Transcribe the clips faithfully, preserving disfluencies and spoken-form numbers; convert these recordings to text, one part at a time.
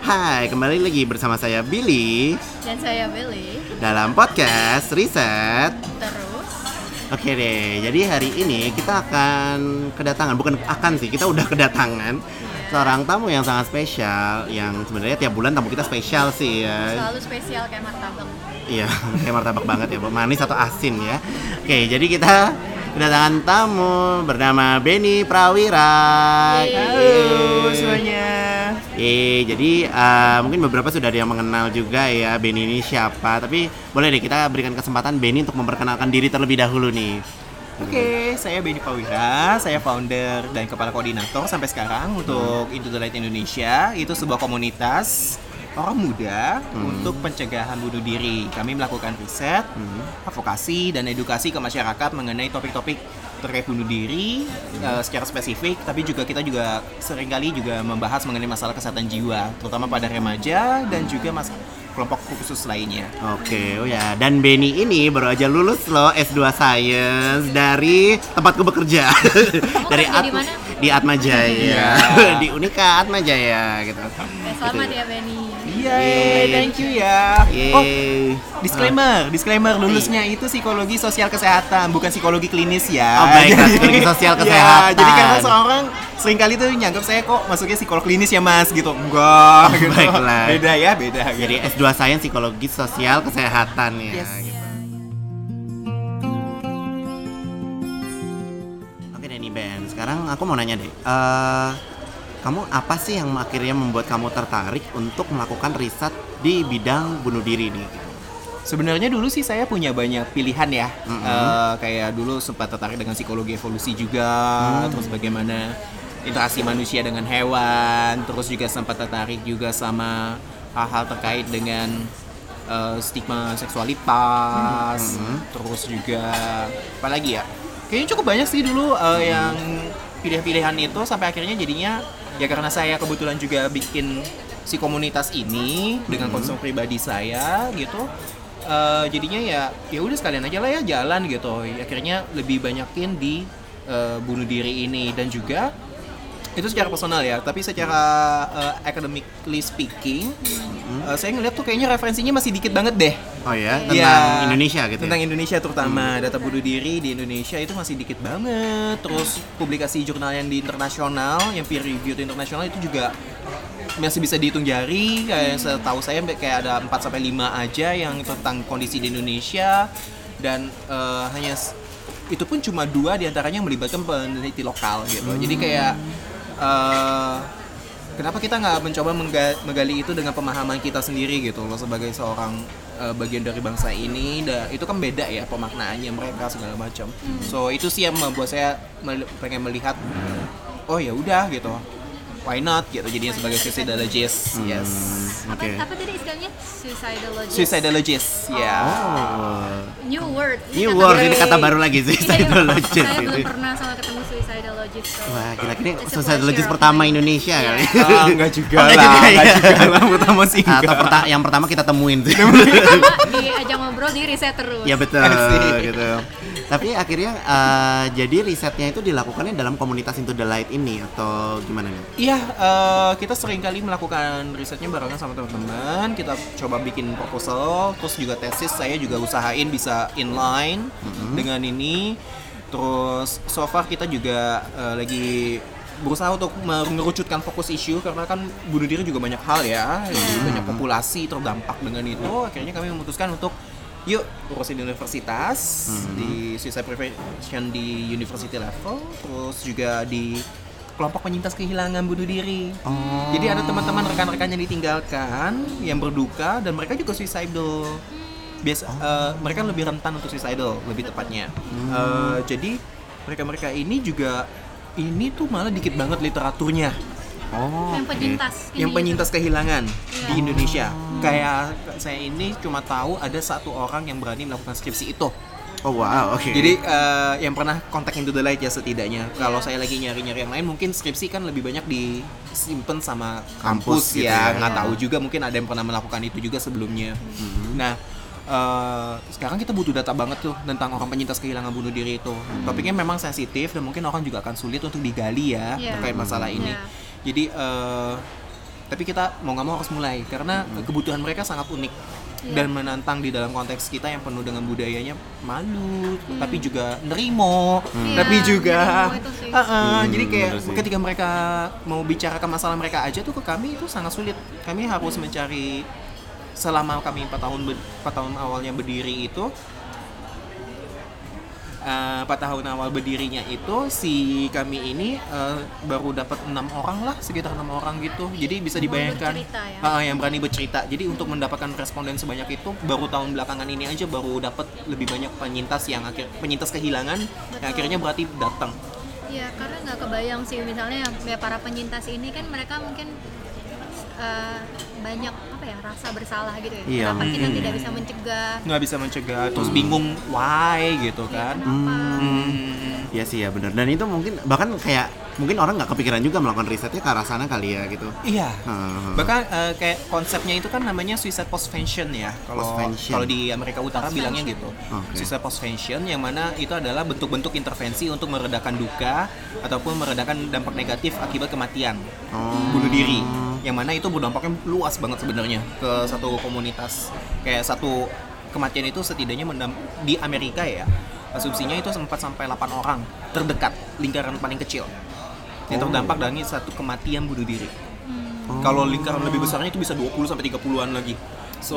Hai, kembali lagi bersama saya Billy dan saya Billy dalam podcast Riset Terus. Oke deh, jadi hari ini kita akan kedatangan, bukan akan sih, kita udah kedatangan yeah. seorang tamu yang sangat spesial. Yang sebenarnya tiap bulan tamu kita spesial sih ya. Selalu spesial kayak martabak. Iya, kayak martabak banget ya, manis atau asin ya. Oke, jadi kita kedatangan tamu bernama Benny Prawira. Halo semuanya. Eh, jadi uh, mungkin beberapa sudah ada yang mengenal juga ya Benny ini siapa. Tapi boleh deh kita berikan kesempatan Benny untuk memperkenalkan diri terlebih dahulu nih. Oke, okay, saya Benny Prawira, saya founder dan kepala koordinator sampai sekarang untuk hmm. Into the Light Indonesia. Itu sebuah komunitas orang muda hmm. untuk pencegahan bunuh diri. Kami melakukan riset, hmm. advokasi, dan edukasi ke masyarakat mengenai topik-topik terkait bunuh diri hmm. uh, secara spesifik, tapi juga kita juga seringkali juga membahas mengenai masalah kesehatan jiwa, terutama pada remaja dan juga masalah kelompok khusus lainnya. Oke, oh ya. Dan Benny ini baru aja lulus loh S dua Science dari tempatku bekerja. Dari At- di Atmajaya. Di Unika Atmajaya gitu. Oke, selamat gitu. Ya Benny. Iya, thank you ya. Yeay. Oh, disclaimer, disclaimer lulusnya itu psikologi sosial kesehatan, bukan psikologi klinis ya. Oh baik, psikologi sosial kesehatan. Ya, jadi karena seorang seringkali tuh nyanggap saya kok masuknya psikolog klinis ya mas, gitu. Enggak, oh, gitu. Baiklah. Beda ya, beda. Jadi gitu. S dua Science psikologi sosial kesehatan ya. Yes. Gitu. Oke deh nih Ben, sekarang aku mau nanya deh. Uh, kamu apa sih yang akhirnya membuat kamu tertarik untuk melakukan riset di bidang bunuh diri nih? Sebenarnya dulu sih saya punya banyak pilihan ya, mm-hmm. uh, kayak dulu sempat tertarik dengan psikologi evolusi juga, mm. terus bagaimana interaksi manusia dengan hewan, terus juga sempat tertarik juga sama hal-hal terkait dengan uh, stigma seksualitas, mm-hmm. terus juga apa lagi ya? Kayaknya cukup banyak sih dulu uh, mm. yang pilihan-pilihan itu sampai akhirnya jadinya ya karena saya kebetulan juga bikin si komunitas ini dengan konsum pribadi saya gitu. Uh, jadinya ya ya udah sekalian aja lah ya jalan gitu. Akhirnya lebih banyakin di uh, bunuh diri ini dan juga itu secara personal ya, tapi secara uh, academically speaking, hmm. uh, saya ngeliat tuh kayaknya referensinya masih dikit banget deh. Oh ya, tentang ya, Indonesia gitu. Tentang ya? Indonesia terutama hmm. data bunuh diri di Indonesia itu masih dikit banget. Terus publikasi jurnal yang di internasional, yang peer reviewed internasional itu juga masih bisa dihitung jari. Kayak setahu saya kayak ada empat sampai lima aja yang tentang kondisi di Indonesia dan uh, hanya itu pun cuma dua diantaranya yang melibatkan peneliti lokal gitu. Hmm. Jadi kayak Uh, kenapa kita nggak mencoba mengga- menggali itu dengan pemahaman kita sendiri gitu loh sebagai seorang uh, bagian dari bangsa ini. Da- itu kan beda ya pemaknaannya mereka segala macam. Hmm. So itu sih yang membuat saya mel- pengen melihat oh ya udah gitu. Why not gitu jadinya sebagai suicidologist. Hmm. Yes. Apa, okay. apa tadi istilahnya? Suicidologist. Suicidologist, ya. Yeah. Oh. New word. New word, ini kata baru lagi suicidologist. Saya belum pernah sama ketemu suicidologist. So. Wah, kira-kira suicidologist pertama Indonesia yeah. kali. Oh, enggak juga oh, lah. Enggak juga, enggak ya. juga lah. Pertama sih enggak. Atau perta- yang pertama kita temuin sih. Pertama diajak ngobrol di riset terus. Ya betul, gitu. Tapi akhirnya uh, jadi risetnya itu dilakukannya dalam komunitas Into the Light ini atau gimana nih? Iya, uh, kita sering kali melakukan risetnya barengan sama teman-teman. Kita coba bikin proposal, terus juga tesis saya juga usahain bisa inline mm-hmm. dengan ini. Terus so far kita juga uh, lagi berusaha untuk mengerucutkan fokus isu karena kan bunuh diri juga banyak hal ya, mm-hmm. banyak populasi terdampak dengan itu. Akhirnya kami memutuskan untuk yuk urusin di universitas, hmm. di suicide prevention di university level, terus juga di kelompok penyintas kehilangan bunuh diri. Oh. Jadi ada teman-teman rekan-rekan yang ditinggalkan, yang berduka dan mereka juga suicidal. Biasa, oh. uh, mereka lebih rentan untuk suicidal, lebih tepatnya. Hmm. Uh, jadi mereka-mereka ini juga ini tuh malah dikit banget literaturnya. Oh, yang penyintas okay. yang penyintas kehilangan yeah. di Indonesia. Oh. Kayak saya ini cuma tahu ada satu orang yang berani melakukan skripsi itu. Oh wow, oke. Okay. Jadi uh, yang pernah kontak Into the Light ya setidaknya. Yeah. Kalau saya lagi nyari-nyari yang lain, mungkin skripsi kan lebih banyak disimpan sama kampus, kampus gitu ya. Nggak yeah. tahu juga, mungkin ada yang pernah melakukan itu juga sebelumnya. Mm-hmm. Nah. Uh, sekarang kita butuh data banget tuh tentang orang penyintas kehilangan bunuh diri itu. Hmm. Topiknya memang sensitif dan mungkin orang juga akan sulit untuk digali ya yeah. terkait masalah ini. Yeah. Jadi uh, tapi kita mau nggak mau harus mulai karena Hmm. kebutuhan mereka sangat unik Iya. dan menantang di dalam konteks kita yang penuh dengan budayanya malu, tapi juga nerimo, Iya, tapi juga nerimo itu sih. Uh-uh, Hmm, jadi kayak bener sih. ketika mereka mau bicarakan masalah mereka aja tuh ke kami itu sangat sulit. Kami harus mencari selama kami empat tahun ber- empat tahun awalnya berdiri itu eh, empat tahun awal berdirinya itu si kami ini eh, baru dapat enam orang lah, sekitar enam orang gitu. Jadi bisa Mau dibayangkan bercerita ya? ah, yang berani bercerita. Jadi untuk mendapatkan responden sebanyak itu baru tahun belakangan ini aja baru dapat lebih banyak penyintas yang akhir penyintas kehilangan yang akhirnya berarti datang. Iya, karena nggak kebayang sih misalnya ya para penyintas ini kan mereka mungkin eh, banyak apa ya rasa bersalah gitu ya. Iya, Kenapa kita mungkin. tidak bisa mencegah? Nggak bisa mencegah, terus bingung why gitu Ya, kan. kenapa? Hmm. Iya sih ya benar. Dan itu mungkin bahkan kayak mungkin orang nggak kepikiran juga melakukan risetnya ke arah sana kali ya gitu. Iya. Hmm. Bahkan eh, kayak konsepnya itu kan namanya suicide postvention ya. Kalau Postvention. kalau di Amerika Utara bilangnya gitu. Oke. Suicide postvention yang mana itu adalah bentuk-bentuk intervensi untuk meredakan duka ataupun meredakan dampak negatif akibat kematian. Oh. Bunuh diri. Yang mana itu berdampaknya luas banget sebenarnya ke satu komunitas. Kayak satu kematian itu setidaknya mendam- di Amerika ya. Asumsinya itu empat sampai delapan orang terdekat, lingkaran paling kecil yang Oh. terdampak dari satu kematian bunuh diri. Hmm. Kalau lingkaran lebih besarnya itu bisa dua puluh sampai tiga puluhan lagi. So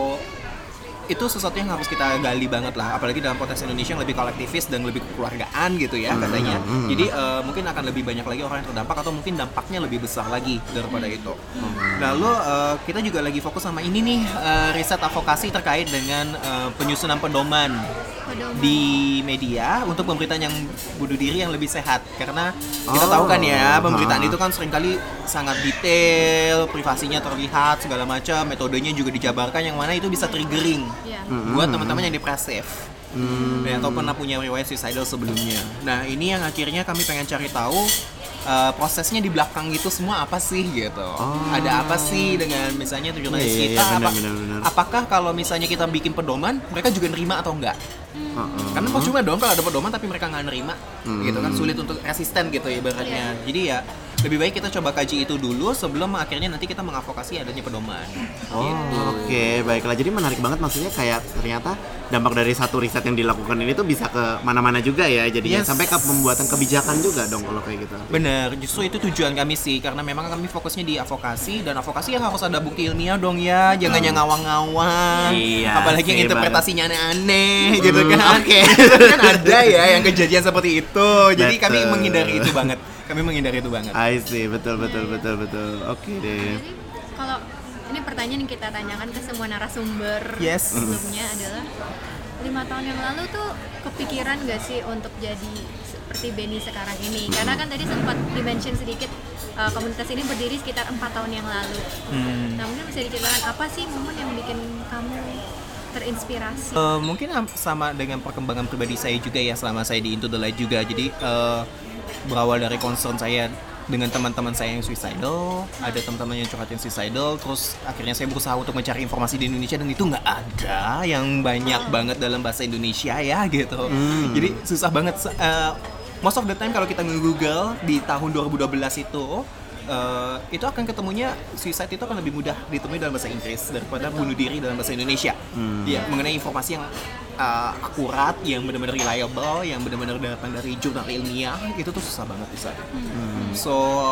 itu sesuatu yang harus kita gali banget lah, apalagi dalam konteks Indonesia yang lebih kolektivis dan lebih kekeluargaan gitu ya katanya. hmm. Jadi eh, mungkin akan lebih banyak lagi orang yang terdampak atau mungkin dampaknya lebih besar lagi daripada itu. Lalu eh, kita juga lagi fokus sama ini nih eh, riset advokasi terkait dengan eh, penyusunan pedoman Pedoman. di media untuk pemberitaan yang bunuh diri yang lebih sehat, karena kita Oh. tahu kan ya pemberitaan Ha. itu kan seringkali sangat detail, privasinya terlihat segala macam, metodenya juga dijabarkan yang mana itu bisa triggering Iya. buat teman-teman yang depresif Hmm. dan atau pernah punya riwayat suicidal sebelumnya. Nah ini yang akhirnya kami pengen cari tahu uh, prosesnya di belakang itu semua apa sih gitu. Ada apa sih dengan misalnya jurnalis Iya, iya, kita? iya, benar, apa- benar, benar. Apakah kalau misalnya kita bikin pedoman mereka juga nerima atau enggak? Heeh. Karena percuma dong kalau ada pedoman tapi mereka nggak nerima, Hmm. gitu kan, sulit untuk resisten gitu ibaratnya. Jadi ya lebih baik kita coba kaji itu dulu sebelum akhirnya nanti kita mengadvokasi adanya pedoman. Oh, Gitu. oke, baiklah. Jadi menarik banget maksudnya kayak ternyata dampak dari satu riset yang dilakukan ini tuh bisa ke mana-mana juga ya. Jadinya Yes. sampai ke pembuatan kebijakan juga dong kalau kayak gitu. Bener, justru itu tujuan kami sih, karena memang kami fokusnya di advokasi, dan advokasi yang harus ada bukti ilmiah dong ya, jangan yang ngawang-ngawang, Iya apalagi yang sih, interpretasinya aneh-aneh gitu Hmm, kan. oke. Kan ada ya yang kejadian seperti itu, jadi kami Betul. menghindari itu banget, kami menghindari itu banget. I see, betul betul betul betul. Oke deh. Jadi kalau ini pertanyaan yang kita tanyakan ke semua narasumber Yes. sebelumnya adalah lima tahun yang lalu tuh kepikiran gak sih untuk jadi seperti Benny sekarang ini? Karena kan tadi sempat dimention sedikit uh, komunitas ini berdiri sekitar empat tahun yang lalu. Hmm. Nah mungkin bisa diceritakan apa sih momen yang bikin kamu terinspirasi? Eh, mungkin am- sama dengan perkembangan pribadi saya juga ya selama saya di Into the Light juga. Jadi eh, berawal dari concern saya dengan teman-teman saya yang suicidal, ada teman-teman yang curhat yang suicidal, terus akhirnya saya berusaha untuk mencari informasi di Indonesia dan itu nggak ada yang banyak banget dalam bahasa Indonesia ya gitu. Jadi susah banget. Eh, most of the time kalau kita nge-google di tahun dua ribu dua belas itu Uh, itu akan ketemunya suicide itu akan lebih mudah ditemui dalam bahasa Inggris daripada bunuh diri dalam bahasa Indonesia. Ya, mengenai informasi yang uh, akurat, yang benar-benar reliable, yang benar-benar datang dari jurnal ilmiah, itu tuh susah banget bisa. So,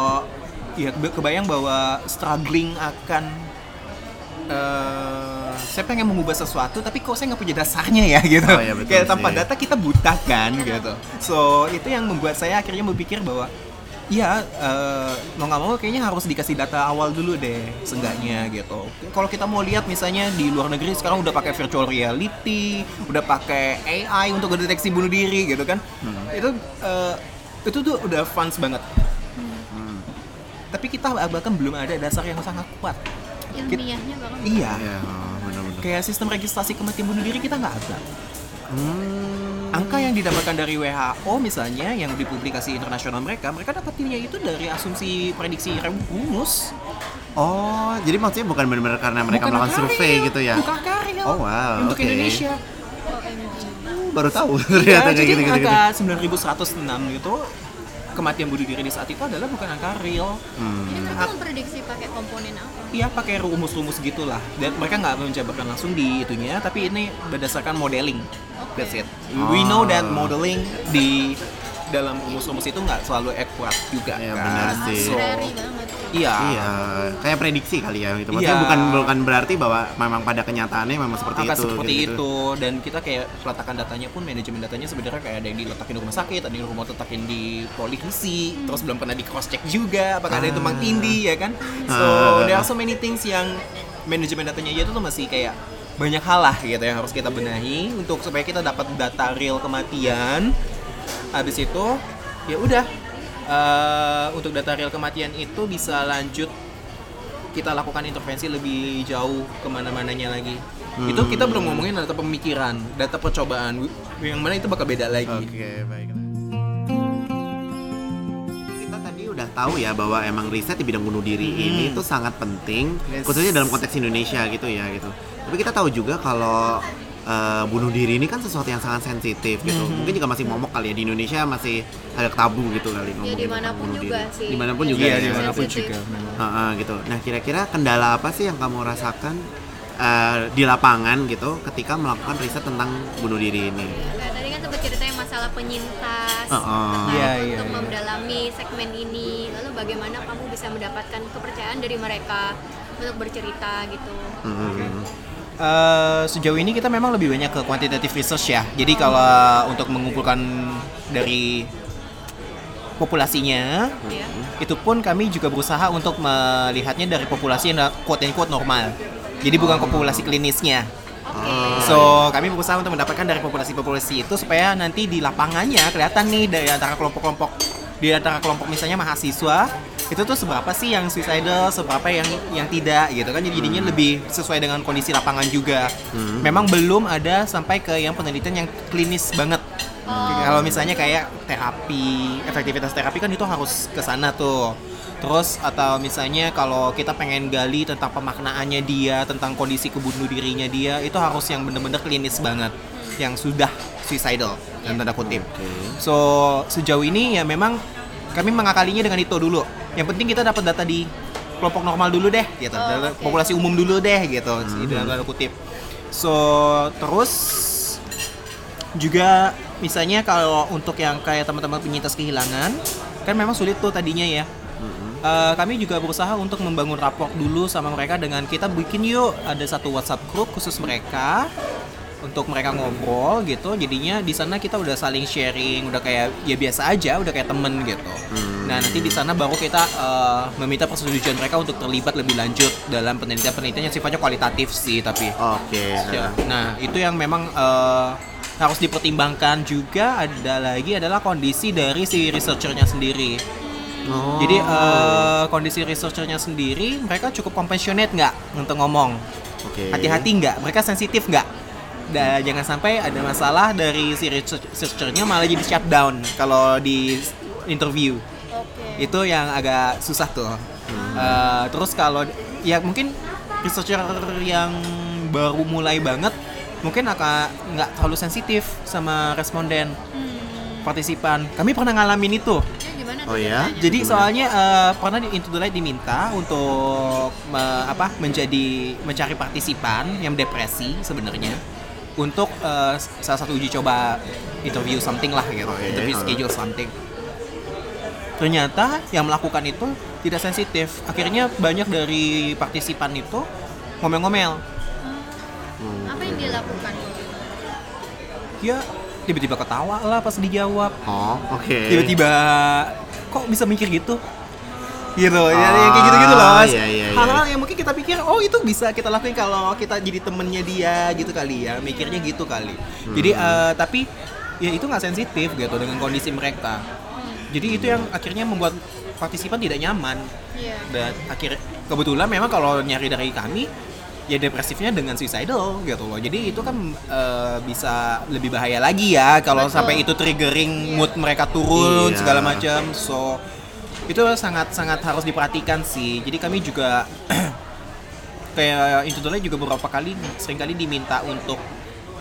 ya kebe- kebayang bahwa struggling akan uh, saya pengen mengubah sesuatu tapi kok saya nggak punya dasarnya ya gitu. Oh, iya, betul Kayak tanpa sih. data kita buta kan gitu. So, itu yang membuat saya akhirnya berpikir bahwa iya, eh, mau nggak mau kayaknya harus dikasih data awal dulu deh, seenggaknya gitu. Kalau kita mau lihat misalnya di luar negeri sekarang udah pakai virtual reality, udah pakai A I untuk mendeteksi bunuh diri gitu kan, itu eh, itu tuh udah advance banget. Tapi kita bahkan belum ada dasar yang sangat kuat. Ilmiahnya bahkan Iya, Iya, benar-benar. kayak sistem registrasi kematian bunuh diri kita nggak ada. Hmm. Angka yang didapatkan dari W H O misalnya, yang di publikasi internasional mereka, mereka dapatinnya itu dari asumsi prediksi rumus. Oh, jadi maksudnya bukan benar-benar karena mereka Bukan melakukan karya, survei gitu ya? Bukan karya. Oh, wow, Untuk oke. Indonesia. O M G. Baru tahu Ya, ternyata kayak jadi gitu-gitu. angka sembilan ribu seratus enam gitu kematian bunuh diri di saat itu adalah bukan angka real. Hmm. Jadi mereka memprediksi pakai komponen apa? Iya, pakai rumus-rumus gitulah. Dan mereka nggak menjabarkan langsung di itunya, tapi ini berdasarkan modeling. That's it. We know that modeling di dalam rumus-rumus itu nggak selalu akurat juga. Ya, kan? benar sih. So, Arbitrary banget. iya. Iya, kayak prediksi kali ya gitu. Maksudnya Iya. bukan bukan berarti bahwa memang pada kenyataannya memang seperti Akan itu. seperti gitu. itu, dan kita kayak peletakan datanya pun, manajemen datanya sebenarnya kayak ada yang diletakin di rumah sakit, ada yang rumah letakin di polisi, terus belum pernah di cross check juga apakah ada yang tumpang tindih ya kan. So Ah. there are so many things yang manajemen datanya aja tuh masih kayak banyak hal lah gitu yang harus kita benahi untuk supaya kita dapat data real kematian. Habis itu ya udah, eh, untuk data real kematian itu bisa lanjut kita lakukan intervensi lebih jauh kemana-mananya lagi. Hmm. Itu kita belum ngomongin data pemikiran, data percobaan, yang mana itu bakal beda lagi. Oke, baiklah. Kita tadi udah tahu ya bahwa emang riset di bidang bunuh diri Hmm. ini tuh sangat penting, Yes. khususnya dalam konteks Indonesia gitu ya gitu. Tapi kita tahu juga kalau uh, bunuh diri ini kan sesuatu yang sangat sensitif gitu. Hmm. Mungkin juga masih momok kali ya, di Indonesia masih ada tabu gitu kali Ya ngomongin tentang dimanapun bunuh juga diri. sih. Dimanapun Ya, juga Iya, ya. dimanapun sensitif. juga memang. Heeh, gitu. Nah, kira-kira kendala apa sih yang kamu rasakan uh, di lapangan gitu ketika melakukan riset tentang bunuh diri ini? Nah, tadi kan sempat ceritanya masalah penyintas, Uh-uh. tertarik Iya, iya, untuk iya. mendalami segmen ini. Lalu bagaimana kamu bisa mendapatkan kepercayaan dari mereka untuk bercerita gitu? Hmm. Eh, sejauh ini kita memang lebih banyak ke quantitative research ya. Jadi kalau untuk mengumpulkan dari populasinya, Ya. itu pun kami juga berusaha untuk melihatnya dari populasi yang quote and quote normal. Jadi bukan populasi klinisnya. Oke. So, kami berusaha untuk mendapatkan dari populasi-populasi itu supaya nanti di lapangannya kelihatan nih dari antara kelompok-kelompok, di antara kelompok misalnya mahasiswa, itu tuh seberapa sih yang suicidal, seberapa yang yang tidak gitu kan. Jadi jadinya lebih sesuai dengan kondisi lapangan juga. Memang belum ada sampai ke yang penelitian yang klinis banget. Kalau misalnya kayak terapi, efektivitas terapi kan itu harus ke sana tuh. Terus atau misalnya kalau kita pengen gali tentang pemaknaannya dia, tentang kondisi kebunuh dirinya dia, itu harus yang bener-bener klinis banget, yang sudah suicidal dalam tanda kutip. So sejauh ini ya memang kami mengakalinya dengan itu dulu. Yang penting kita dapat data di kelompok normal dulu deh, gitu, Oh, Dalam oke. populasi umum dulu deh, gitu, dalam tanda kutip. So terus juga misalnya kalau untuk yang kayak teman-teman penyintas kehilangan, kan memang sulit tuh tadinya ya. Eh, kami juga berusaha untuk membangun rapor dulu sama mereka dengan kita bikin yuk ada satu WhatsApp group khusus mereka untuk mereka ngobrol gitu. Jadinya di sana kita udah saling sharing, udah kayak ya biasa aja, udah kayak temen gitu. Nah nanti di sana baru kita eh, meminta persetujuan mereka untuk terlibat lebih lanjut dalam penelitian-penelitian yang sifatnya kualitatif sih tapi. Oke. Ya, nah itu yang memang eh, harus dipertimbangkan juga. Ada lagi adalah kondisi dari si researchernya sendiri. Oh. Jadi eh, kondisi researchernya sendiri, mereka cukup compassionate nggak untuk ngomong, Oke. hati-hati nggak, mereka sensitif nggak, dan jangan sampai ada masalah dari si research- researchernya malah jadi shutdown kalau di interview. Oke. Itu yang agak susah tuh. Eh, terus kalau ya mungkin researcher yang baru mulai banget mungkin akan nggak terlalu sensitif sama responden partisipan. Kami pernah ngalamin itu. Ya, gimana Oh tuh ya? ceritanya? Jadi Gimana? soalnya eh, pernah di Into the Light diminta untuk me- apa menjadi mencari partisipan yang depresi sebenarnya untuk eh, salah satu uji coba interview something lah gitu, Oke, interview oh. schedule something. Ternyata yang melakukan itu tidak sensitif. Akhirnya banyak dari partisipan itu ngomel-ngomel. Apa yang dia lakukan? Ya tiba-tiba ketawa lah pas dijawab. Oh, oke. Tiba-tiba kok bisa mikir gitu gitu ya, yang kayak gitu-gitu loh. Ah, iya, iya, iya. Hal-hal yang mungkin kita pikir oh itu bisa kita lakuin kalau kita jadi temennya dia gitu kali ya, mikirnya gitu kali. Jadi eh, tapi ya itu nggak sensitif gitu dengan kondisi mereka. Jadi itu yang akhirnya membuat partisipan tidak nyaman. Iya. Dan akhir kebetulan memang kalau nyari dari kami ya depresifnya dengan suicidal gitu loh. Jadi itu kan eh, bisa lebih bahaya lagi ya kalau Betul. sampai itu triggering mood mereka turun Iya. segala macam. So itu sangat-sangat harus diperhatikan sih. Jadi kami juga kayak Into the Light juga beberapa kali sering kali diminta untuk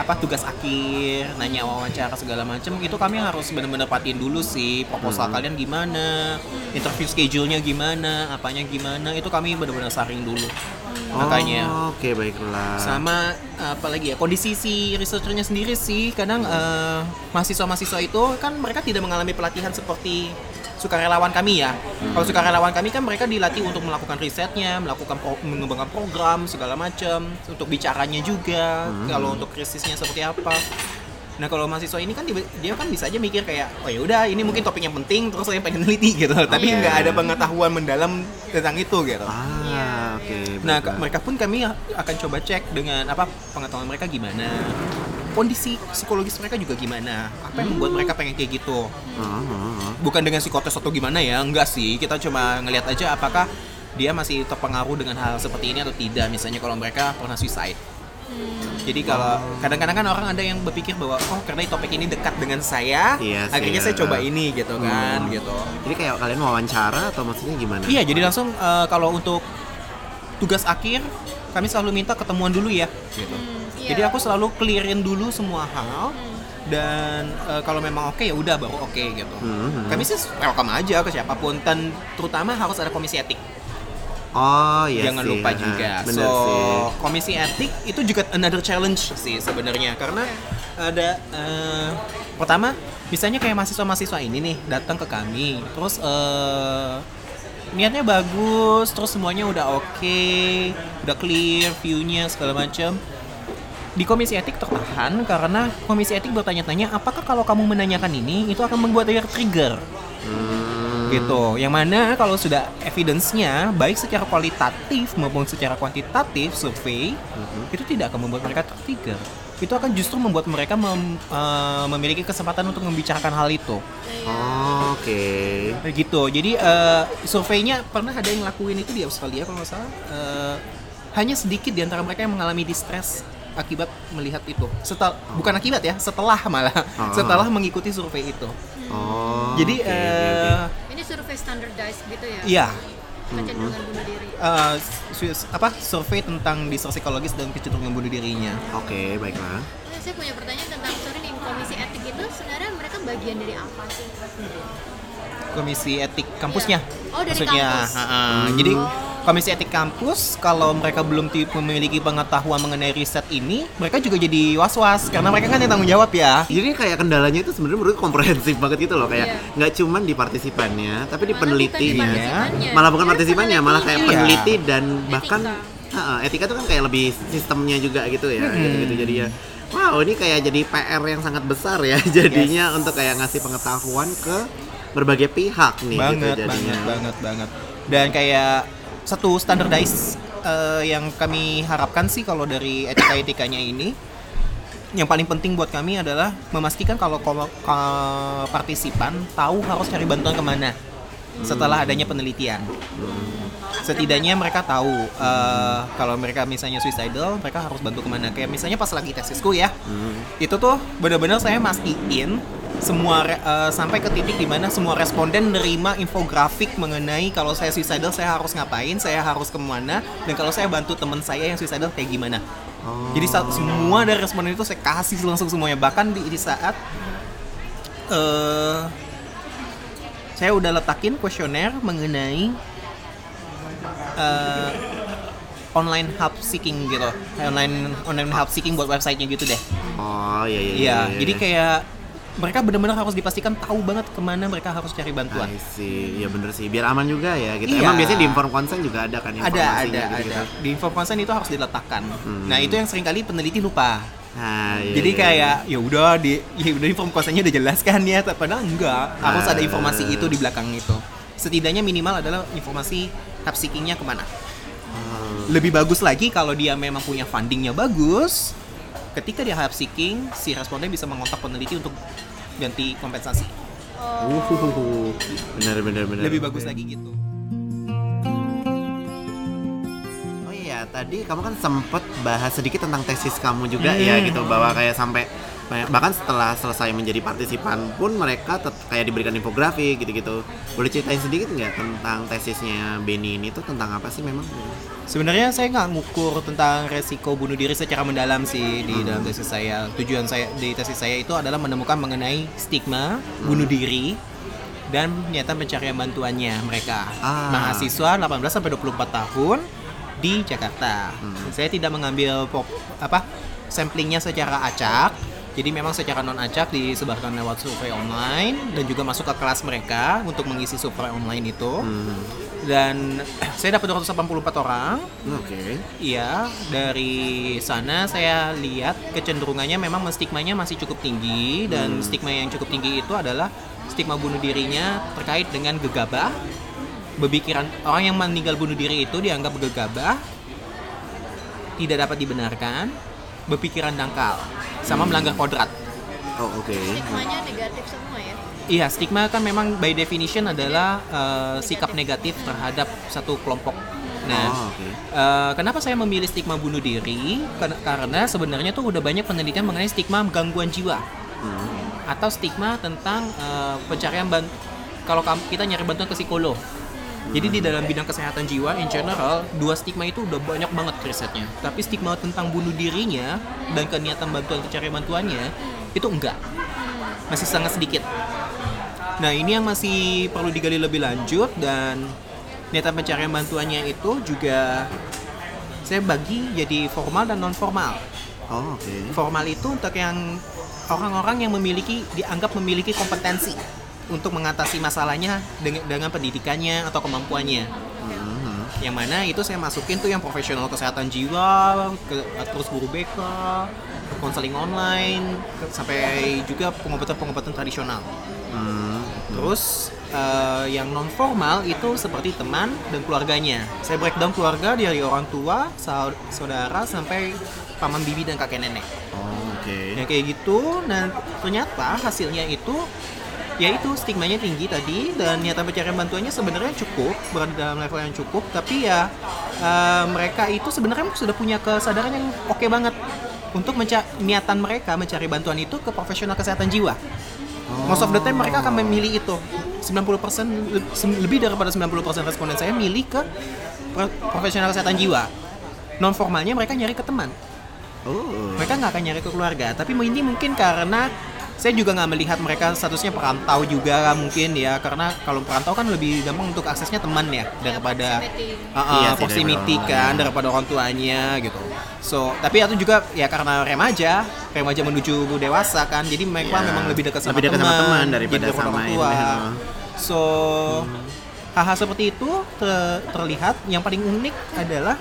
apa tugas akhir, nanya wawancara segala macam, itu kami harus benar-benar patiin dulu sih proposal hmm. kalian gimana, interview schedule-nya gimana, apanya gimana, itu kami benar-benar saring dulu. Hmm. Makanya. Oh, oke okay, baiklah. Sama apalagi ya kondisi si researchernya sendiri sih, kadang uh, mahasiswa-mahasiswa itu kan mereka tidak mengalami pelatihan seperti sukarelawan kami ya. Hmm. Kalau sukarelawan kami kan mereka dilatih untuk melakukan risetnya, melakukan pro, mengembangkan program segala macam, untuk bicaranya juga. Hmm. Kalau untuk krisisnya seperti apa. Nah kalau mahasiswa ini kan dia, dia kan bisa aja mikir kayak, oh ya udah ini mungkin topiknya penting, terus saya pengen neliti gitu. Oh, tapi nggak yeah. ada pengetahuan mendalam tentang itu gitu. Ah, oke. Okay, nah k- mereka pun kami akan coba cek dengan apa pengetahuan mereka gimana. Kondisi psikologis mereka juga gimana, apa yang membuat mereka pengen kayak gitu. Bukan dengan psikotes atau gimana ya, enggak sih, kita cuma ngelihat aja apakah dia masih terpengaruh dengan hal seperti ini atau tidak. Misalnya kalau mereka pernah suicide. Hmm. Jadi kalau kadang-kadang kan orang ada yang berpikir bahwa oh karena topik ini dekat dengan saya, iya, akhirnya saya coba ini gitu kan, hmm. gitu. Jadi kayak kalian wawancara atau maksudnya gimana? Iya, jadi langsung uh, kalau untuk tugas akhir kami selalu minta ketemuan dulu ya, gitu. Hmm. Yeah. Jadi aku selalu clearin dulu semua hal hmm. dan uh, kalau memang oke okay, ya udah baru oke okay, gitu. Hmm. Kami sih welcome aja ke siapapun dan terutama harus ada komisi etik. Oh iya. Jangan sih. lupa juga. Bener so sih. Komisi etik itu juga another challenge sih sebenarnya karena ada uh, pertama misalnya kayak mahasiswa-mahasiswa ini nih datang ke kami terus uh, niatnya bagus terus semuanya udah oke okay, udah clear view-nya segala macam. Di komisi etik tertahan karena komisi etik bertanya-tanya apakah kalau kamu menanyakan ini itu akan membuat dia trigger hmm. gitu, yang mana kalau sudah evidence-nya baik secara kualitatif maupun secara kuantitatif survei hmm. itu tidak akan membuat mereka tertrigger, itu akan justru membuat mereka mem, uh, memiliki kesempatan untuk membicarakan hal itu. Oh, oke okay. Gitu, jadi uh, surveinya pernah ada yang ngelakuin itu di Australia kalau nggak salah, uh, hanya sedikit di antara mereka yang mengalami distress akibat melihat itu. Setelah oh. bukan akibat ya, setelah malah oh. setelah mengikuti survei itu. Oh. Jadi okay, uh, okay, okay. ini survei standardized gitu ya? Iya. Kecenderungan mm-hmm. bunuh diri. Uh, su- apa survei tentang distress psikologis dan kecenderungan bunuh dirinya. Oke, okay, baiklah. Nah, saya punya pertanyaan tentang sorry nih komisi etik itu sebenarnya mereka bagian dari apa sih? Komisi etik kampusnya. Yeah. Oh, dari maksudnya, kampus. Uh, uh, hmm. Jadi komisi etik kampus kalau mereka belum t- memiliki pengetahuan mengenai riset ini, mereka juga jadi was-was karena mereka kan yang tanggung jawab ya. Jadi kayak kendalanya itu sebenarnya menurut komprehensif banget gitu loh, kayak nggak yeah. cuman di partisipannya, tapi di penelitinya. Malah bukan partisipannya, malah kayak peneliti dan bahkan etika. Uh, etika itu kan kayak lebih sistemnya juga gitu ya, hmm. gitu-gitu jadi ya. Wow, ini kayak jadi P R yang sangat besar ya jadinya yes. untuk kayak ngasih pengetahuan ke berbagai pihak nih banget, gitu jadinya. Banget, banget, banget. Dan kayak satu standardize uh, yang kami harapkan sih kalau dari etika-etikanya ini yang paling penting buat kami adalah memastikan kalau ko- ko- partisipan tahu harus cari bantuan kemana hmm. setelah adanya penelitian. Hmm. Setidaknya mereka tahu uh, kalau mereka misalnya suicidal, mereka harus bantu kemana. Kayak misalnya pas lagi tesisku ya, hmm. itu tuh benar-benar saya mastiin semua uh, sampai ke titik dimana semua responden nerima infografik mengenai kalau saya suicidal saya harus ngapain, saya harus kemana, dan kalau saya bantu teman saya yang suicidal kayak gimana. Oh. Jadi semua dari responden itu saya kasih langsung semuanya. Bahkan di, di saat uh, saya udah letakin kuesioner mengenai uh, online help seeking gitu, online online help seeking buat websitenya gitu deh. Oh iya iya. Iya, iya, iya. Jadi kayak mereka benar-benar harus dipastikan tahu banget kemana mereka harus cari bantuan. I see, iya bener sih, biar aman juga ya gitu. Iya. Emang biasanya di inform consent juga ada kan informasinya. Ada, ada, gitu, ada. Di inform consent itu harus diletakkan. Hmm. Nah itu yang seringkali peneliti lupa. Nah, iya, jadi iya, kayak ya udah di ya udah inform consentnya udah jelas kan ya, padahal enggak. Harus ah. ada informasi itu di belakang itu. Setidaknya minimal adalah informasi help seeking-nya kemana. Hmm. Lebih bagus lagi kalau dia memang punya fundingnya bagus. Ketika dia help seeking, si responden bisa mengontak peneliti untuk ganti kompensasi. Oh. Uh, benar benar benar. Lebih bagus lagi gitu. Oh iya, tadi kamu kan sempet bahas sedikit tentang tesis kamu juga hmm. ya gitu, bahwa kayak sampai apa ya, bahkan setelah selesai menjadi partisipan pun mereka tet- kayak diberikan infografi gitu-gitu. Boleh ceritain sedikit nggak tentang tesisnya Benny ini tuh tentang apa sih memang? Sebenarnya saya nggak ngukur tentang resiko bunuh diri secara mendalam sih di hmm. dalam tesis saya. Tujuan saya di tesis saya itu adalah menemukan mengenai stigma hmm. bunuh diri dan nyata pencarian bantuannya mereka. Ah. Mahasiswa delapan belas sampai dua puluh empat tahun di Jakarta. Hmm. Saya tidak mengambil pop, apa samplingnya secara acak. Jadi memang secara non acak disebarkan lewat survei online dan juga masuk ke kelas mereka untuk mengisi survei online itu. Hmm. Dan saya dapat dua ratus delapan puluh empat orang. Oke. Okay. Iya, dari sana saya lihat kecenderungannya memang stigmanya masih cukup tinggi dan hmm. stigma yang cukup tinggi itu adalah stigma bunuh dirinya terkait dengan gegabah. Berpikiran orang yang meninggal bunuh diri itu dianggap gegabah, tidak dapat dibenarkan, berpikiran dangkal, sama hmm. melanggar kodrat. Oh, oke. Okay. Stigmanya negatif semua ya? Iya, stigma kan memang by definition adalah uh, sikap negatif terhadap satu kelompok. Nah, oh, okay. uh, kenapa saya memilih stigma bunuh diri? Karena sebenarnya tuh udah banyak penelitian mengenai stigma gangguan jiwa hmm. atau stigma tentang uh, pencarian ban- kalau kita nyari bantuan ke psikolog. Jadi di dalam bidang kesehatan jiwa in general, dua stigma itu udah banyak banget risetnya. Tapi stigma tentang bunuh dirinya dan keniatan bantuan pencarian bantuannya itu enggak. Masih sangat sedikit. Nah, ini yang masih perlu digali lebih lanjut dan niatan pencarian bantuannya itu juga saya bagi jadi formal dan non formal. Oh, oke. Okay. Formal itu untuk yang orang-orang yang memiliki dianggap memiliki kompetensi untuk mengatasi masalahnya dengan, dengan pendidikannya atau kemampuannya. Mm-hmm. Yang mana itu saya masukin tuh yang profesional kesehatan jiwa, ke, terus guru B K, konseling online, ke, sampai juga pengobatan-pengobatan tradisional. Mm-hmm. Terus uh, yang non formal itu seperti teman dan keluarganya. Saya breakdown keluarga dari orang tua, saudara sampai paman bibi dan kakek nenek. Oh, oke. Okay. Ya kayak gitu. Dan ternyata hasilnya itu yaitu stigmanya tinggi tadi dan niatan pencarian bantuannya sebenarnya cukup, berada dalam level yang cukup, tapi ya uh, mereka itu sebenarnya sudah punya kesadaran yang oke okay banget untuk menca- niatan mereka mencari bantuan itu ke profesional kesehatan jiwa. Oh. Most of the time mereka akan memilih itu. sembilan puluh persen lebih daripada sembilan puluh persen responden saya milih ke profesional kesehatan jiwa. Non formalnya mereka nyari ke teman. Oh. Mereka nggak akan nyari ke keluarga, tapi ini mungkin karena saya juga nggak melihat mereka statusnya perantau juga mungkin ya, karena kalau perantau kan lebih gampang untuk aksesnya teman ya daripada uh, uh, iya, proximity kan ya. Daripada orang tuanya gitu. So tapi itu juga ya karena remaja, remaja menuju dewasa kan, jadi mereka ya, memang lebih dekat sama, lebih dekat teman, sama teman daripada sama orang tua. Ini. So hmm. hal-hal seperti itu ter- terlihat. Yang paling unik adalah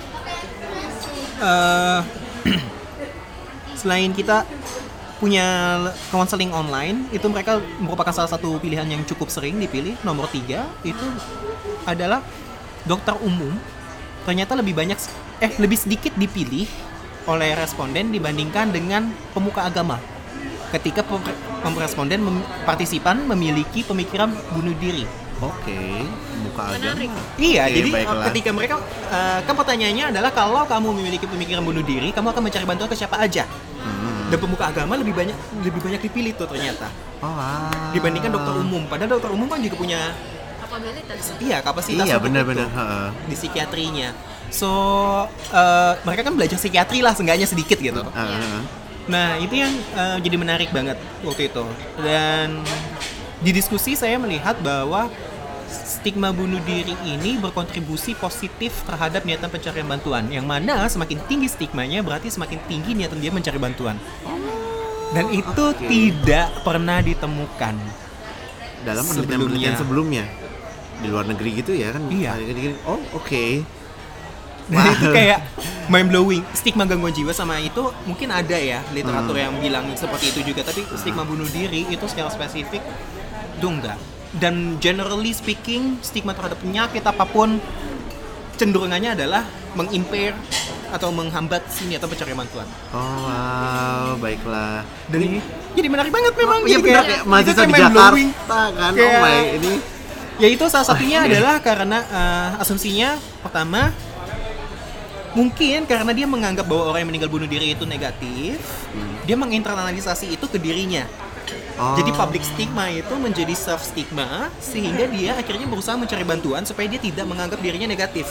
uh, selain kita punya konseling online, itu mereka merupakan salah satu pilihan yang cukup sering dipilih. Nomor tiga itu adalah dokter umum. Ternyata lebih banyak, eh lebih sedikit dipilih oleh responden dibandingkan dengan pemuka agama. Ketika responden mem- partisipan memiliki pemikiran bunuh diri. Oke, okay. Pemuka agama. Iya, okay, jadi baiklah. Ketika mereka, uh, kan pertanyaannya adalah kalau kamu memiliki pemikiran bunuh diri, kamu akan mencari bantuan ke siapa aja. Hmm. Dan pemuka agama lebih banyak lebih banyak dipilih tuh ternyata. Oh, wow. Dibandingkan dokter umum. Padahal dokter umum kan juga punya kapasitas. Iya, kapasitas. Iya, benar-benar di psikiatrinya. So, uh, mereka kan belajar psikiatri lah seenggaknya sedikit gitu. Uh-huh. Nah, itu yang uh, jadi menarik banget waktu itu. Dan di diskusi saya melihat bahwa stigma bunuh diri ini berkontribusi positif terhadap niatan pencarian bantuan. Yang mana semakin tinggi stigmanya berarti semakin tinggi niatan dia mencari bantuan. Dan itu okay. tidak pernah ditemukan dalam penelitian sebelumnya di luar negeri gitu ya kan? Iya. Oh oke. Okay. Wow. Itu kayak mind blowing. Stigma gangguan jiwa sama itu mungkin ada ya literatur hmm. yang bilang seperti itu juga. Tapi stigma bunuh diri itu secara spesifik itu enggak. Dan generally speaking, stigma terhadap penyakit apapun cenderungannya adalah mengimpair atau menghambat si niatan pencarian bantuan. Oh wow, baiklah. Dan ini jadi menarik banget memang. Oh, iya benar, kayak mahasiswa di Jakarta kan. Kayak, oh my, ini. Ya itu salah satunya oh, adalah karena uh, asumsinya pertama Mungkin karena dia menganggap bahwa orang yang meninggal bunuh diri itu negatif, hmm. dia menginternalisasi itu ke dirinya. Oh. Jadi public stigma itu menjadi self stigma sehingga dia akhirnya berusaha mencari bantuan supaya dia tidak menganggap dirinya negatif.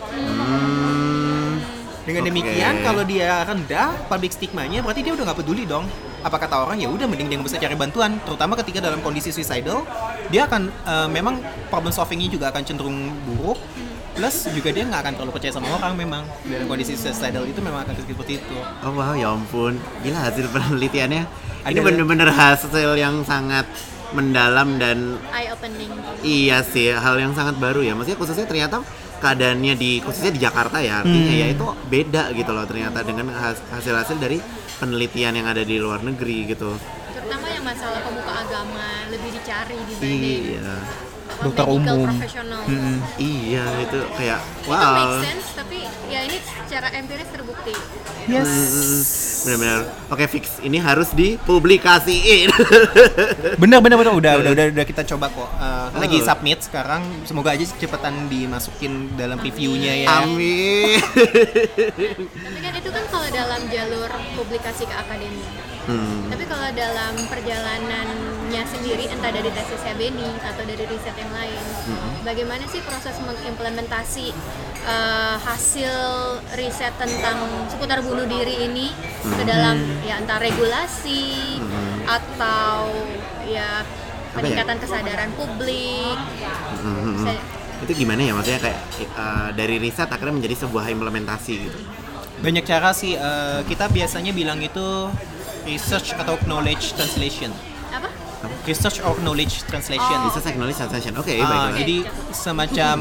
Hmm. Dengan okay. demikian kalau dia rendah public stigmanya berarti dia udah nggak peduli dong. Apa kata orang, ya udah mending dia nggak bisa cari bantuan, terutama ketika dalam kondisi suicidal dia akan uh, memang problem solvingnya juga akan cenderung buruk. Plus juga dia nggak akan terlalu percaya sama orang memang dalam kondisi suicidal itu memang akan seperti itu. Oh wow, ya ampun, gila hasil penelitiannya. Ini bener-bener hasil yang sangat mendalam dan eye opening. Iya sih, hal yang sangat baru ya. Maksudnya khususnya ternyata keadaannya di khususnya di Jakarta ya, artinya hmm. ya itu beda gitu loh ternyata dengan hasil-hasil dari penelitian yang ada di luar negeri gitu. Terutama yang masalah pemuka agama lebih dicari dibanding. Iya. Dokter umum. Hmm. Iya, itu kayak wow. Itu make sense, tapi ya ini secara empiris terbukti. Yes. Hmm, benar-benar. Oke, fix. Ini harus dipublikasiin. bener bener bener udah udah udah udah kita coba kok. Uh, oh. Lagi submit sekarang. Semoga aja cepetan dimasukin dalam reviewnya ya. Amin. Tapi kan itu kan kalau dalam jalur publikasi ke akademi. Hmm. Tapi kalau dalam perjalanannya sendiri, entah dari tesisnya Benny atau dari riset yang lain, hmm. bagaimana sih proses mengimplementasi uh, hasil riset tentang seputar bunuh diri ini hmm. ke dalam ya entah regulasi hmm. atau ya peningkatan ya? kesadaran publik. Hmm. Saya, itu gimana ya maksudnya kayak uh, dari riset akhirnya menjadi sebuah implementasi gitu? Banyak cara sih. Uh, kita biasanya bilang itu research atau knowledge translation. Apa? Research or knowledge translation. Oh, research okay. or knowledge translation. Oke, okay, uh, baik. Jadi semacam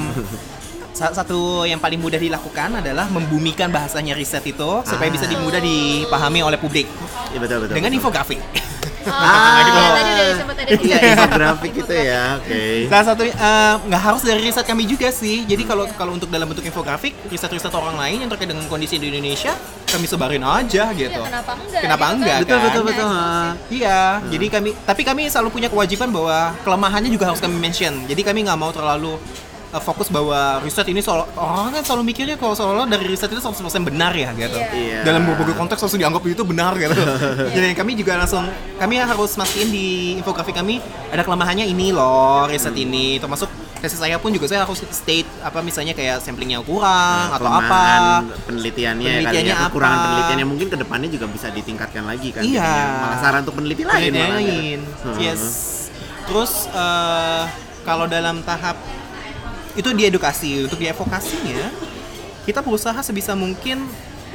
satu yang paling mudah dilakukan adalah membumikan bahasanya riset itu ah. supaya bisa mudah dipahami oleh publik. Ya, betul betul. Dengan betul. infografik. Oh, ah, ya, tadi udah disebut tadi. Iya, infografik itu ya. Oke. Okay. Salah satu nggak uh, harus dari riset kami juga sih. Jadi kalau kalau untuk dalam bentuk infografik, riset-riset orang lain yang terkait dengan kondisi di Indonesia, kami sebarin aja gitu. Ya, kenapa enggak? Kenapa gitu enggak? Kan? Betul kan? betul betul. Iya. Hmm. Jadi kami, tapi kami selalu punya kewajiban bahwa kelemahannya juga harus kami mention. Jadi kami nggak mau terlalu fokus bahwa riset ini soal orang kan selalu mikirnya kalau seolah-olah dari riset itu seratus persen benar ya gitu. Yeah. Dalam berbagai konteks langsung dianggap itu benar gitu. Jadi kami juga langsung kami harus mastiin di infografik kami ada kelemahannya ini loh riset hmm. ini. Termasuk tesis saya pun juga saya harus state apa misalnya kayak samplingnya kurang nah, atau apa penelitiannya, penelitiannya kali ya, kekurangan penelitiannya mungkin kedepannya juga bisa ditingkatkan lagi kan. Iya. Malah saran untuk peneliti lain. Peneliti lain. Hmm. Yes. Terus uh, kalau dalam tahap itu di edukasi, untuk di advokasinya kita berusaha sebisa mungkin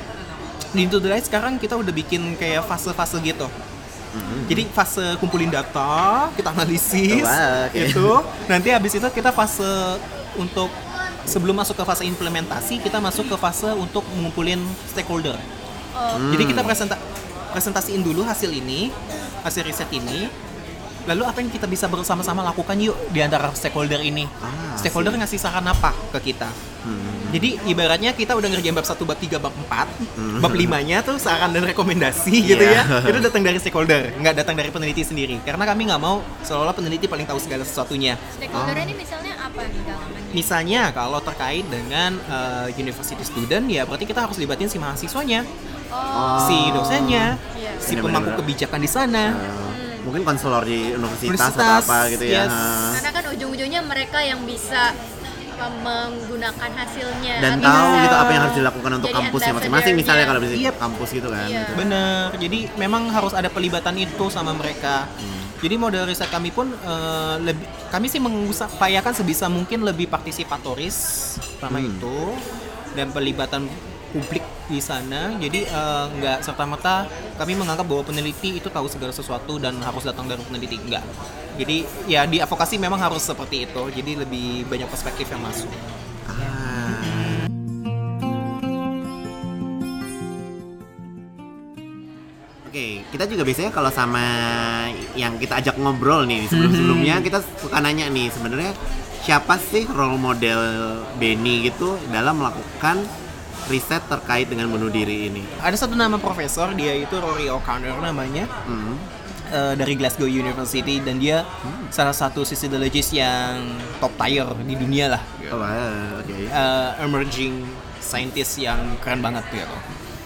di Into the Light sekarang kita udah bikin kayak fase-fase gitu. Mm-hmm. Jadi fase kumpulin data, kita analisis oh, okay. itu. Nanti habis itu kita fase untuk sebelum masuk ke fase implementasi kita masuk ke fase untuk mengumpulin stakeholder. Oh. Mm. Jadi kita presenta- presentasiin dulu hasil ini, hasil riset ini. Lalu apa yang kita bisa bersama-sama lakukan yuk di antara stakeholder ini? Ah, stakeholder sih. Ngasih saran apa ke kita? Hmm. Jadi ibaratnya kita udah ngerjain bab satu, bab tiga, bab empat, hmm. bab limanya tuh saran dan rekomendasi yeah. gitu ya. Itu datang dari stakeholder, nggak datang dari peneliti sendiri. Karena kami nggak mau seolah-olah peneliti paling tahu segala sesuatunya. Stakeholder oh. ini misalnya apa nih namanya? Misalnya kalau terkait dengan uh, university student ya berarti kita harus libatin si mahasiswanya, oh. si dosennya, yeah. si pemangku kebijakan di sana. Uh. Mungkin konselor di universitas, universitas atau apa gitu ya. Yes. Karena kan ujung-ujungnya mereka yang bisa menggunakan hasilnya dan tahu gitu apa yang harus dilakukan untuk kampusnya masing-masing misalnya kalau di yep. kampus gitu kan. Iya. Gitu. Bener. Jadi memang harus ada pelibatan itu sama mereka. Hmm. Jadi model riset kami pun uh, lebih kami sih mengusahakan sebisa mungkin lebih partisipatoris sama hmm. itu dan pelibatan publik di sana. Jadi uh, nggak serta-merta kami menganggap bahwa peneliti itu tahu segala sesuatu dan harus datang dari peneliti, enggak. Jadi ya di advokasi memang harus seperti itu. Jadi lebih banyak perspektif yang masuk. Ah. Oke, okay, kita juga biasanya kalau sama yang kita ajak ngobrol nih sebelum-sebelumnya kita suka nanya nih sebenarnya siapa sih role model Benny gitu dalam melakukan riset terkait dengan bunuh diri ini. Ada satu nama profesor, dia itu Rory O'Connor namanya, mm. uh, dari Glasgow University dan dia mm. salah satu suicidologist yang top tier di dunia lah. Oh, wow, okay. uh, emerging saintis yang keren banget gitu.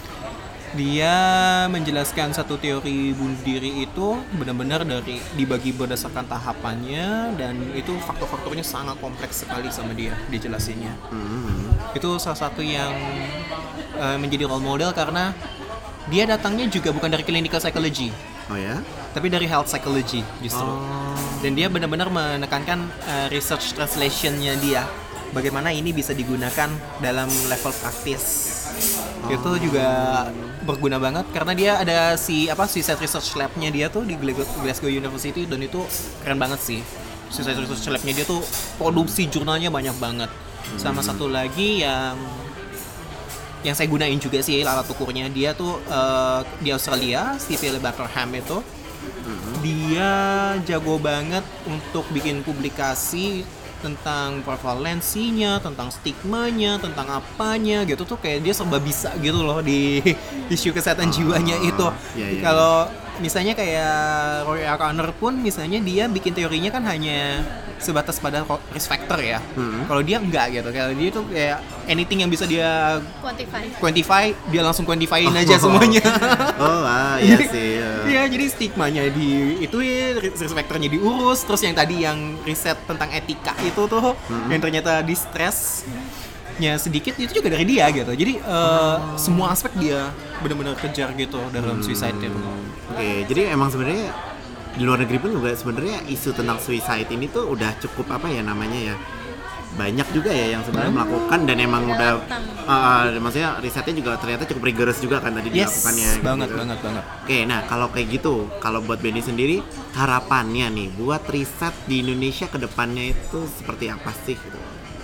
Dia menjelaskan satu teori bunuh diri itu benar-benar dari dibagi berdasarkan tahapannya, dan itu faktor-faktornya sangat kompleks sekali sama dia dijelasinnya. Mm-hmm. Itu salah satu yang uh, menjadi role model karena dia datangnya juga bukan dari clinical psychology. Oh ya? Tapi dari health psychology justru. Oh. Dan dia benar-benar menekankan uh, research translation-nya dia. Bagaimana ini bisa digunakan dalam level praktis. Oh. Itu juga berguna banget karena dia ada si apa Suicide Research Lab-nya dia tuh di Glasgow University, dan itu keren banget sih. Suicide Research Lab-nya dia tuh produksi jurnalnya banyak banget. Sama hmm. satu lagi yang yang saya gunain juga sih alat ukurnya, dia tuh uh, di Australia, si Philip Butterham itu hmm. dia jago banget untuk bikin publikasi tentang prevalensinya, tentang stigmanya, tentang apanya gitu tuh, kayak dia serba bisa gitu loh di isu kesehatan jiwanya itu. Iya, iya. Kalau misalnya kayak Roy O'Connor pun misalnya dia bikin teorinya kan hanya sebatas pada risk factor ya. Hmm. Kalau dia enggak gitu. Kalau dia tuh kayak anything yang bisa dia quantify, quantify dia langsung quantifyin aja oh. semuanya. Oh, ah, iya sih. Iya, jadi stigmanya di itu ya, risk factornya diurus, terus yang tadi yang riset tentang etika itu tuh hmm. yang ternyata di stressnya sedikit itu juga dari dia gitu. Jadi uh, oh. semua aspek dia benar-benar kejar gitu dalam hmm. suicide itu. Oke, okay, jadi emang sebenarnya di luar negeri pun juga sebenarnya isu tentang suicide ini tuh udah cukup apa ya namanya ya, banyak juga ya yang sebenarnya hmm. melakukan, dan emang udah uh, maksudnya risetnya juga ternyata cukup rigorous juga kan tadi yes, dilakukannya banget gitu. banget banget. Oke, nah kalau kayak gitu, kalau buat Benny sendiri harapannya nih buat riset di Indonesia ke depannya itu seperti apa sih gitu?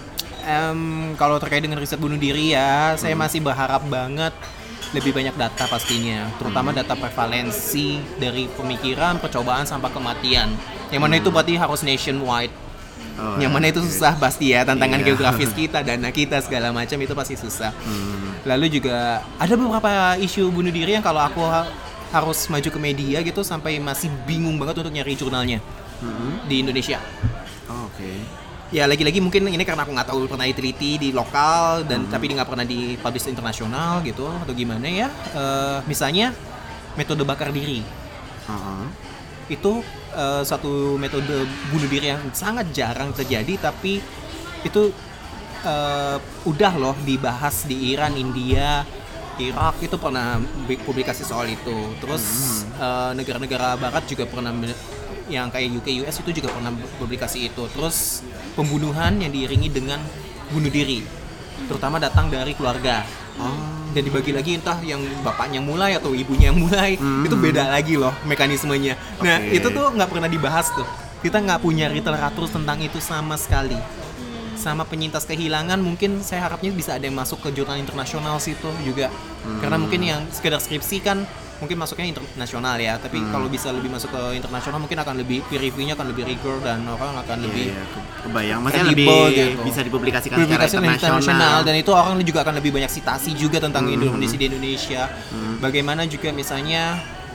Um, kalau terkait dengan riset bunuh diri ya, hmm. saya masih berharap banget lebih banyak data pastinya, terutama data prevalensi dari pemikiran, percobaan sampai kematian. Yang mana hmm. itu berarti harus nationwide. Oh, yang mana itu susah pasti ya, tantangan yeah. geografis kita, dana kita segala macam itu pasti susah. Hmm. Lalu juga ada beberapa isu bunuh diri yang kalau aku ha- harus maju ke media gitu sampai masih bingung banget untuk nyari jurnalnya hmm. di Indonesia. Oh, Oke. Okay. Ya lagi-lagi mungkin ini karena aku nggak tahu pernah diteliti di lokal dan hmm. tapi dia nggak pernah dipublish internasional gitu atau gimana ya. Uh, misalnya metode bakar diri. Uh-huh. Itu uh, satu metode bunuh diri yang sangat jarang terjadi, tapi itu uh, udah loh dibahas di Iran, India, Irak itu pernah publikasi soal itu. Terus hmm. uh, negara-negara Barat juga pernah, yang kayak U K, U S itu juga pernah publikasi itu. Terus pembunuhan yang diiringi dengan bunuh diri, terutama datang dari keluarga. Oh. Dan dibagi lagi entah yang bapaknya mulai atau ibunya yang mulai, hmm. itu beda lagi loh mekanismenya. Okay. Nah itu tuh nggak pernah dibahas tuh. Kita nggak punya literatur tentang itu sama sekali. Sama penyintas kehilangan mungkin saya harapnya bisa ada yang masuk ke jurnal internasional situ juga. Hmm. Karena mungkin yang sekedar skripsi kan mungkin masuknya internasional ya, tapi hmm. kalau bisa lebih masuk ke internasional mungkin akan lebih peer review-nya akan lebih rigor dan orang akan yeah, lebih yeah, kebayang maksudnya lebih gitu. Bisa dipublikasikan secara internasional. internasional dan itu orang juga akan lebih banyak citasi juga tentang hmm. Indonesia di Indonesia. Hmm. Bagaimana juga misalnya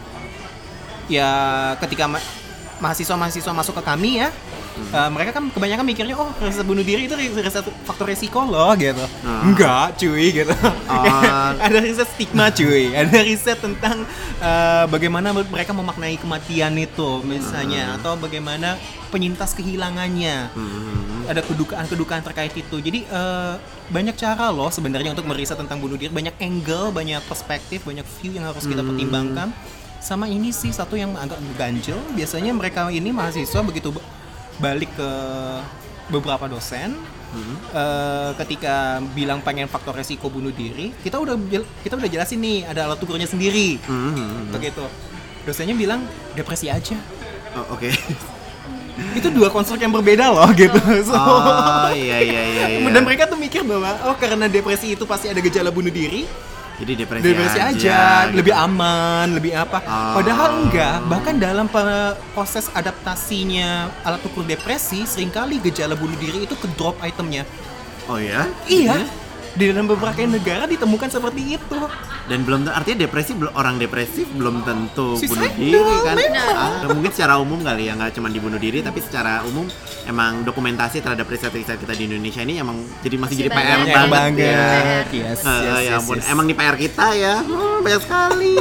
ya ketika ma- mahasiswa-mahasiswa masuk ke kami ya, Hmm. Uh, mereka kan kebanyakan mikirnya oh riset bunuh diri itu riset faktor resiko loh gitu. Uh. Enggak cuy gitu. Uh. Ada riset stigma cuy, ada riset tentang uh, bagaimana mereka memaknai kematian itu misalnya, uh. atau bagaimana penyintas kehilangannya. Hmm. Ada kedukaan-kedukaan terkait itu. Jadi uh, banyak cara loh sebenarnya untuk meriset tentang bunuh diri, banyak angle, banyak perspektif, banyak view yang harus kita hmm. pertimbangkan. Sama ini sih satu yang agak ganjel, biasanya mereka ini mahasiswa begitu balik ke beberapa dosen hmm. uh, ketika bilang pengen faktor resiko bunuh diri, kita udah kita udah jelasin nih ada alat ukurnya sendiri, hmm. begitu dosennya bilang depresi aja. Oh, oke. Okay. Itu dua konsep yang berbeda loh gitu. So, oh iya iya iya. iya. Dan mereka tuh mikir bahwa oh karena depresi itu pasti ada gejala bunuh diri. Jadi depresi, depresi aja, aja gitu. Lebih aman, lebih apa? Oh. Padahal enggak. Bahkan dalam proses adaptasinya alat ukur depresi, seringkali gejala bunuh diri itu ke drop itemnya. Oh ya? Iya. di dalam beberapa negara ditemukan seperti itu. Dan belum artinya depresi belum orang depresif belum tentu bunuh Suicide diri kan. memang. Ah, mungkin secara umum kali ya, nggak cuma dibunuh diri tapi secara umum emang dokumentasi terhadap riset-riset kita di Indonesia ini emang jadi masih, Masih jadi P R banyak banget, banget. ya. Yes, Ah, yes, ya yes, ampun, yes. emang di P R kita ya hmm, banyak sekali.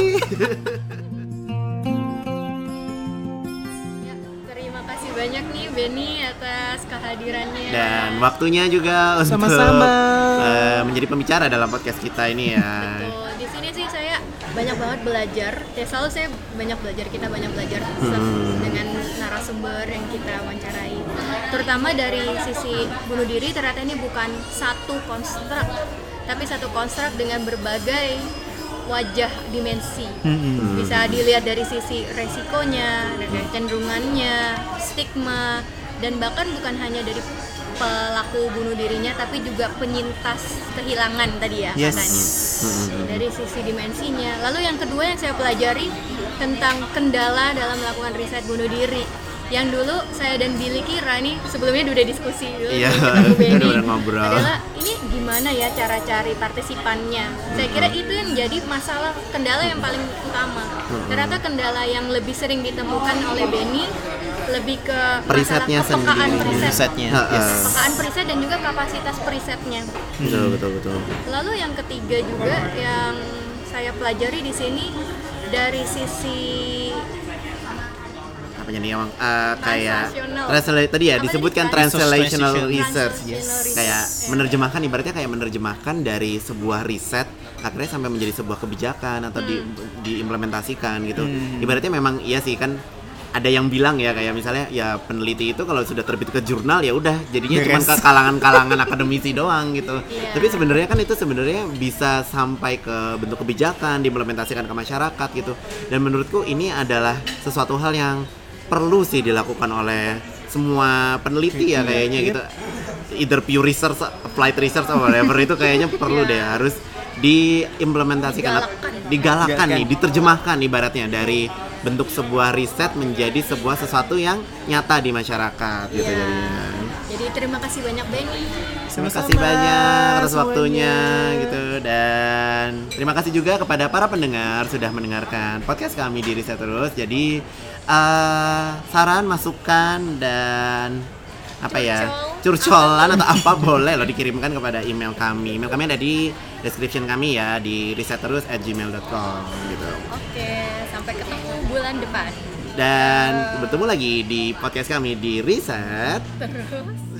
Ya, terima kasih banyak nih Benny atas kehadirannya. Dan waktunya juga untuk Sama-sama. eh, menjadi pembicara dalam podcast kita ini ya. Betul. Di sini sih saya banyak banget belajar. Ya selalu saya banyak belajar, kita banyak belajar se- Hmm. dengan narasumber yang kita wawancarai. Terutama dari sisi bunuh diri, ternyata ini bukan satu konstruk, tapi satu konstruk dengan berbagai wajah dimensi. Hmm. Bisa dilihat dari sisi resikonya, dari kecenderungannya, stigma, dan bahkan bukan hanya dari pelaku bunuh dirinya tapi juga penyintas kehilangan tadi ya Yes. katanya. Dari sisi dimensinya. Lalu yang kedua yang saya pelajari tentang kendala dalam melakukan riset bunuh diri. Yang dulu saya dan Billy kira nih sebelumnya udah diskusi dulu Iya, ketemu Benny, udah ngobrol. adalah ini gimana ya cara cari partisipannya. Saya kira itu yang jadi masalah kendala yang paling utama. Ternyata kendala yang lebih sering ditemukan oleh Benny lebih ke Perisetnya masalah kepekaan sendiri. periset. Risetnya. Ha-ha. Yes. Kepekaan periset dan juga kapasitas perisetnya. Betul betul betul. Lalu yang ketiga juga yang saya pelajari di sini dari sisi Apanya nih yang eh, kayak Translational. translate tadi ya Apa disebutkan tadi? translational Translational research. Yes. Kayak Ya. menerjemahkan ibaratnya kayak menerjemahkan dari sebuah riset akhirnya sampai menjadi sebuah kebijakan atau di, diimplementasikan gitu. Ibaratnya memang iya sih kan ada yang bilang ya kayak misalnya ya peneliti itu kalau sudah terbit ke jurnal ya udah jadinya cuma Beres. ke kalangan-kalangan akademisi doang gitu. Iya. Tapi sebenarnya kan itu sebenarnya bisa sampai ke bentuk kebijakan, diimplementasikan ke masyarakat gitu. Dan menurutku ini adalah sesuatu hal yang perlu sih dilakukan oleh semua peneliti ya kayaknya gitu. Either pure research, applied research or whatever itu kayaknya perlu deh harus diimplementasikan, Digalakkan. digalakkan nih, Digalakkan. diterjemahkan ibaratnya dari bentuk sebuah riset menjadi sebuah sesuatu yang nyata di masyarakat gitu Iya. jadinya. Jadi terima kasih banyak Benny. Terima Sama-sama kasih banyak atas semuanya. waktunya gitu dan terima kasih juga kepada para pendengar sudah mendengarkan podcast kami di Riset Terus. Jadi eh, saran, masukan dan apa ya curcolan atau apa boleh loh dikirimkan kepada email kami. Email kami ada di description kami ya di risetterus at gmail dot com gitu. Oke, sampai ketemu bulan depan. Dan bertemu lagi di podcast kami di Riset Terus